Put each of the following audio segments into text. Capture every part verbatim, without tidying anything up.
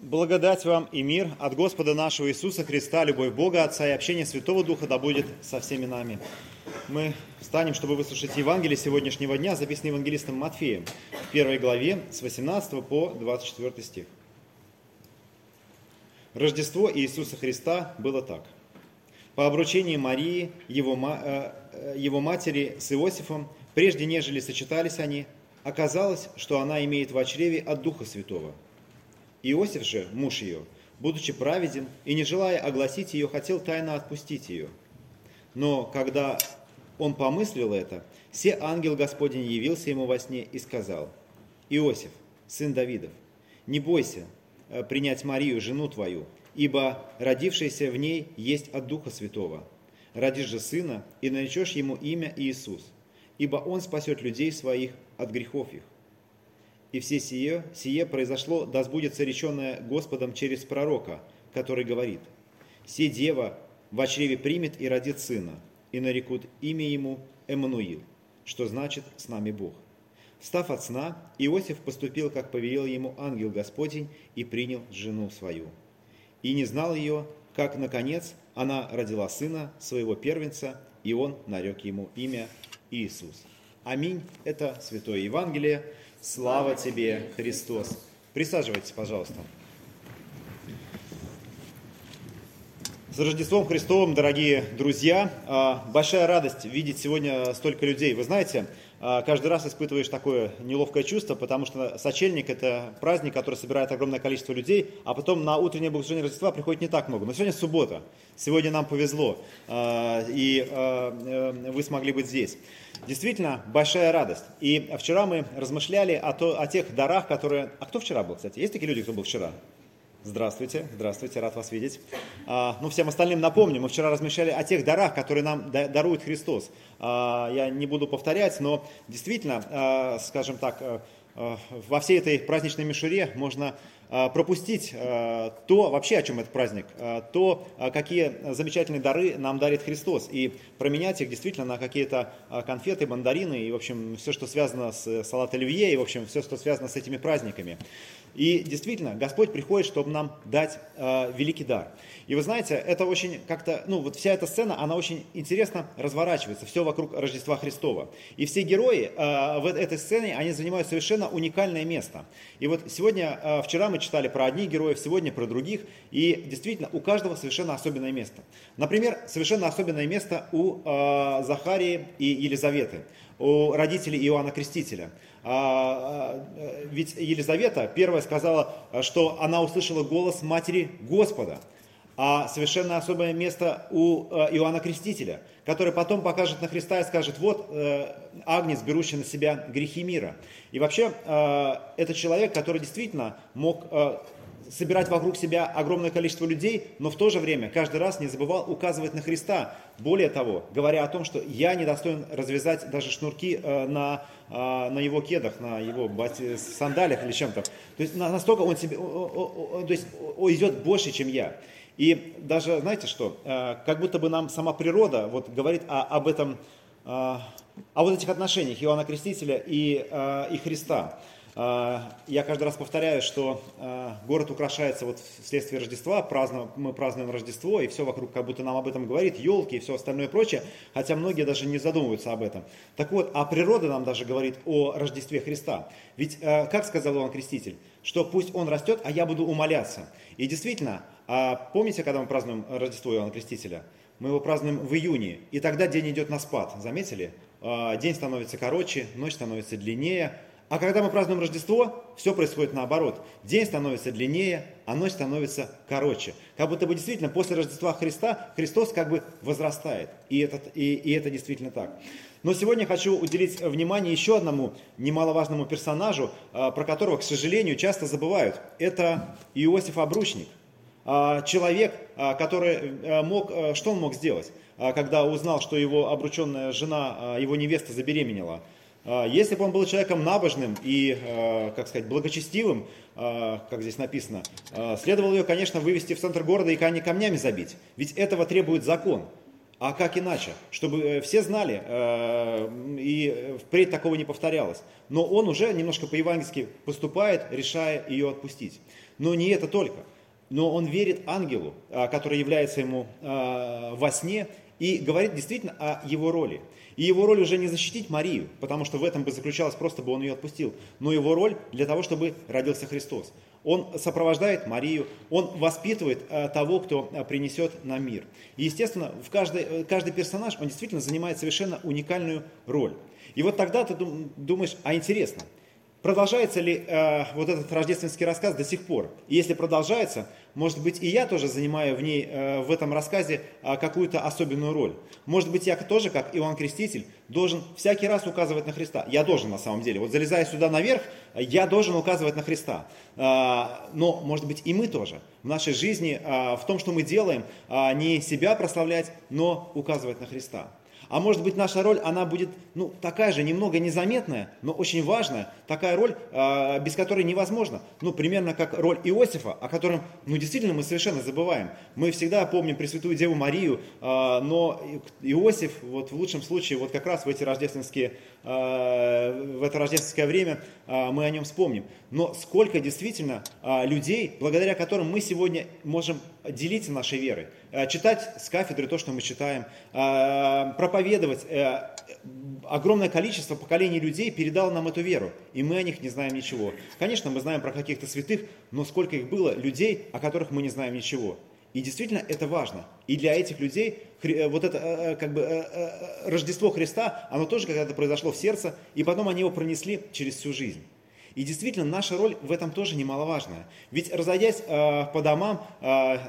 Благодать вам и мир от Господа нашего Иисуса Христа, любовь Бога Отца и общение Святого Духа да будет со всеми нами. Мы встанем, чтобы выслушать Евангелие сегодняшнего дня, записанное Евангелистом Матфеем, в первой главе с восемнадцатого по двадцать четвёртый стих. Рождество Иисуса Христа было так. По обручении Марии, его, его матери с Иосифом, прежде нежели сочетались они, оказалось, что она имеет в чреве от Духа Святого. Иосиф же, муж ее, будучи праведен и не желая огласить ее, хотел тайно отпустить ее. Но когда он помыслил это, се ангел Господень явился ему во сне и сказал: «Иосиф, сын Давидов, не бойся принять Марию, жену твою, ибо родившаяся в ней есть от Духа Святого. Родишь же сына, и наречешь ему имя Иисус, ибо он спасет людей своих от грехов их. И все сие, сие произошло, да сбудется реченное Господом через пророка, который говорит: «Се дева во чреве примет и родит сына, и нарекут имя ему Эммануил», что значит «с нами Бог». Встав от сна, Иосиф поступил, как повелел ему ангел Господень, и принял жену свою. И не знал ее, как, наконец, она родила сына, своего первенца, и он нарек ему имя Иисус. Аминь. Это Святое Евангелие. Слава тебе, Христос! Присаживайтесь, пожалуйста. С Рождеством Христовым, дорогие друзья! Большая радость видеть сегодня столько людей. Вы знаете, каждый раз испытываешь такое неловкое чувство, потому что сочельник – это праздник, который собирает огромное количество людей, а потом на утреннее богослужение Рождества приходит не так много. Но сегодня суббота, сегодня нам повезло, и вы смогли быть здесь. Действительно, большая радость. И вчера мы размышляли о, то, о тех дарах, которые... А кто вчера был, кстати? Есть такие люди, кто был вчера? Здравствуйте, здравствуйте, рад вас видеть. А, ну, всем остальным напомню, мы вчера размышляли о тех дарах, которые нам дарует Христос. А, я не буду повторять, но действительно, а, скажем так, а, во всей этой праздничной мишуре можно пропустить то, вообще о чем этот праздник, то, какие замечательные дары нам дарит Христос, и променять их действительно на какие-то конфеты, мандарины, и, в общем, все, что связано с салат оливье, и, в общем, все, что связано с этими праздниками. И действительно, Господь приходит, чтобы нам дать э, великий дар. И вы знаете, это очень как-то, ну вот вся эта сцена, она очень интересно разворачивается, все вокруг Рождества Христова. И все герои э, в этой сцене, они занимают совершенно уникальное место. И вот сегодня, э, вчера мы читали про одних героев, сегодня про других, и действительно, у каждого совершенно особенное место. Например, совершенно особенное место у э, Захарии и Елизаветы, у родителей Иоанна Крестителя. Ведь Елизавета первая сказала, что она услышала голос матери Господа, а совершенно особое место у Иоанна Крестителя, который потом покажет на Христа и скажет: вот агнец, берущий на себя грехи мира. И вообще, это человек, который действительно мог собирать вокруг себя огромное количество людей, но в то же время каждый раз не забывал указывать на Христа. Более того, говоря о том, что я не достоин развязать даже шнурки на, на его кедах, на его сандалиях или чем-то. То есть настолько он себе, то есть он идет больше, чем я. И даже, знаете что, как будто бы нам сама природа вот говорит о, об этом, о вот этих отношениях Иоанна Крестителя и, и Христа. Я каждый раз повторяю, что город украшается вот вследствие Рождества, празднуем, мы празднуем Рождество, и все вокруг как будто нам об этом говорит, елки и все остальное прочее, хотя многие даже не задумываются об этом. Так вот, а природа нам даже говорит о Рождестве Христа. Ведь, как сказал Иоанн Креститель, что пусть он растет, а я буду умоляться. И действительно, помните, когда мы празднуем Рождество Иоанна Крестителя? Мы его празднуем в июне, и тогда день идет на спад, заметили? День становится короче, ночь становится длиннее. А когда мы празднуем Рождество, все происходит наоборот. День становится длиннее, а ночь становится короче. Как будто бы действительно после Рождества Христа Христос как бы возрастает. И это, и, и это действительно так. Но сегодня хочу уделить внимание еще одному немаловажному персонажу, про которого, к сожалению, часто забывают. Это Иосиф Обручник. Человек, который мог, что он мог сделать, когда узнал, что его обрученная жена, его невеста забеременела? Если бы он был человеком набожным и, как сказать, благочестивым, как здесь написано, следовало ее, конечно, вывести в центр города и камнями забить. Ведь этого требует закон. А как иначе? Чтобы все знали э, и впредь такого не повторялось. Но он уже немножко по-евангельски поступает, решая ее отпустить. Но не это только. Но он верит ангелу, э, который является ему э, во сне, и говорит действительно о его роли. И его роль уже не защитить Марию, потому что в этом бы заключалось, просто бы он ее отпустил, но его роль для того, чтобы родился Христос. Он сопровождает Марию, он воспитывает а, того, кто а, принесет нам мир. И, естественно, в каждый, каждый персонаж, он действительно занимает совершенно уникальную роль. И вот тогда ты думаешь, а интересно, продолжается ли э, вот этот рождественский рассказ до сих пор? И если продолжается, может быть, и я тоже занимаю в ней, э, в этом рассказе э, какую-то особенную роль. Может быть, я тоже, как Иоанн Креститель, должен всякий раз указывать на Христа. Я должен на самом деле. Вот залезая сюда наверх, я должен указывать на Христа. Э, но, может быть, и мы тоже в нашей жизни, э, в том, что мы делаем, э, не себя прославлять, но указывать на Христа. А может быть, наша роль, она будет ну, такая же, немного незаметная, но очень важная. Такая роль, э, без которой невозможно. Ну, примерно как роль Иосифа, о котором, ну, действительно, мы совершенно забываем. Мы всегда помним Пресвятую Деву Марию, э, но Иосиф, вот в лучшем случае, вот как раз в эти рождественские, э, в это рождественское время э, мы о нем вспомним. Но сколько действительно э, людей, благодаря которым мы сегодня можем делиться нашей верой, э, читать с кафедры то, что мы читаем, э, проповедовать. Э, огромное количество поколений людей передало нам эту веру, и мы о них не знаем ничего. Конечно, мы знаем про каких-то святых, но сколько их было людей, о которых мы не знаем ничего. И действительно это важно. И для этих людей вот это как бы Рождество Христа, оно тоже когда-то произошло в сердце, и потом они его пронесли через всю жизнь. И действительно, наша роль в этом тоже немаловажная. Ведь разойдясь э, по домам, э,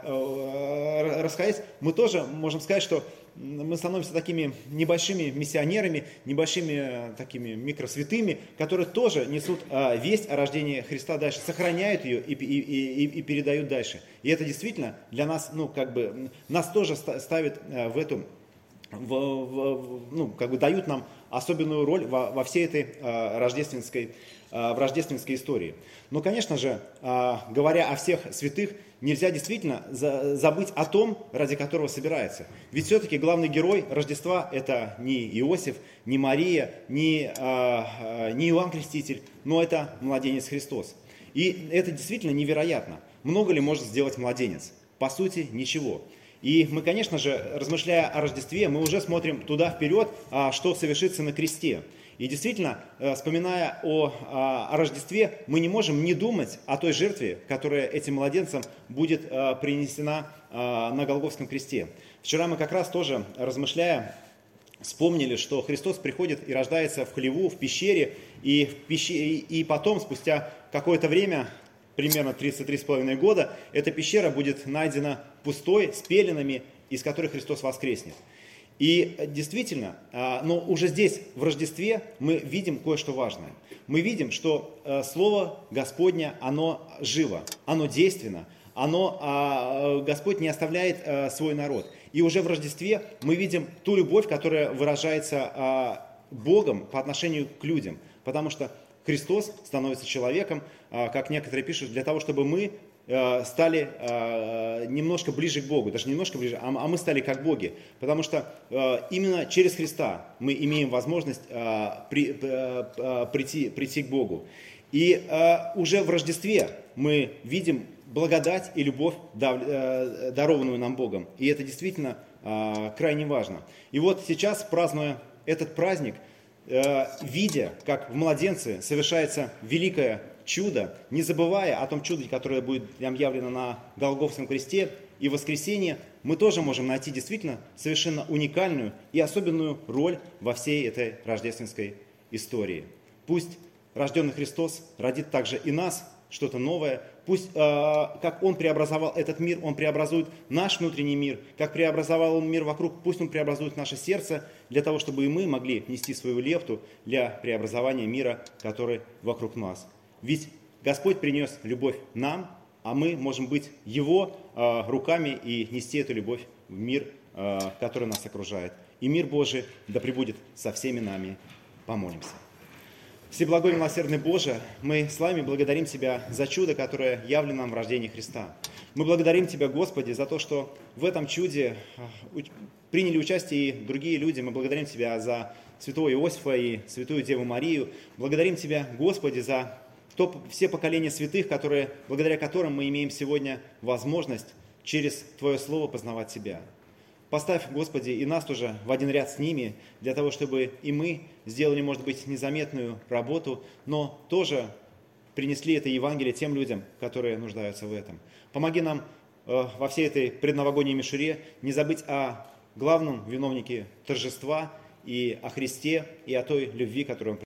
э, расходясь, мы тоже можем сказать, что мы становимся такими небольшими миссионерами, небольшими э, такими микросвятыми, которые тоже несут э, весть о рождении Христа дальше, сохраняют ее и, и, и, и передают дальше. И это действительно для нас, ну, как бы, нас тоже ставит э, в эту, в, в, ну, как бы дают нам особенную роль во, во всей этой э, рождественской в рождественской истории. Но, конечно же, говоря о всех святых, нельзя действительно забыть о том, ради которого собирается. Ведь все-таки главный герой Рождества – это не Иосиф, не Мария, не, не Иоанн Креститель, но это младенец Христос. И это действительно невероятно. Много ли может сделать младенец? По сути, ничего. И мы, конечно же, размышляя о Рождестве, мы уже смотрим туда вперед, что совершится на кресте. И действительно, вспоминая о, о Рождестве, мы не можем не думать о той жертве, которая этим младенцам будет принесена на Голгофском кресте. Вчера мы как раз тоже, размышляя, вспомнили, что Христос приходит и рождается в хлеву, в пещере, и, в пещере, и потом, спустя какое-то время, примерно тридцать три с половиной года, эта пещера будет найдена пустой, с пеленами, из которых Христос воскреснет. И действительно, но уже здесь, в Рождестве, мы видим кое-что важное. Мы видим, что Слово Господне, оно живо, оно действенно, оно, Господь не оставляет свой народ. И уже в Рождестве мы видим ту любовь, которая выражается Богом по отношению к людям. Потому что Христос становится человеком, как некоторые пишут, для того, чтобы мы стали немножко ближе к Богу, даже немножко ближе, а мы стали как боги, потому что именно через Христа мы имеем возможность прийти, прийти к Богу. И уже в Рождестве мы видим благодать и любовь, дарованную нам Богом, и это действительно крайне важно. И вот сейчас, празднуя этот праздник, видя, как в младенце совершается великое чудо, не забывая о том чуде, которое будет нам явлено на Голгофском кресте и в воскресенье, мы тоже можем найти действительно совершенно уникальную и особенную роль во всей этой рождественской истории. Пусть рожденный Христос родит также и нас что-то новое. Пусть, э, как Он преобразовал этот мир, Он преобразует наш внутренний мир. Как преобразовал Он мир вокруг, пусть Он преобразует наше сердце, для того, чтобы и мы могли нести свою лепту для преобразования мира, который вокруг нас. Ведь Господь принес любовь нам, а мы можем быть Его э, руками и нести эту любовь в мир, э, который нас окружает. И мир Божий да пребудет со всеми нами. Помолимся. Всеблагой милосердный Боже, мы с вами благодарим Тебя за чудо, которое явлено нам в рождении Христа. Мы благодарим Тебя, Господи, за то, что в этом чуде приняли участие и другие люди. Мы благодарим Тебя за святого Иосифа и святую Деву Марию. Благодарим Тебя, Господи, за то, все поколения святых, которые, благодаря которым мы имеем сегодня возможность через Твое Слово познавать Тебя. Поставь, Господи, и нас тоже в один ряд с ними, для того, чтобы и мы сделали, может быть, незаметную работу, но тоже принесли это Евангелие тем людям, которые нуждаются в этом. Помоги нам э, во всей этой предновогодней мишуре не забыть о главном виновнике торжества и о Христе, и о той любви, которую Он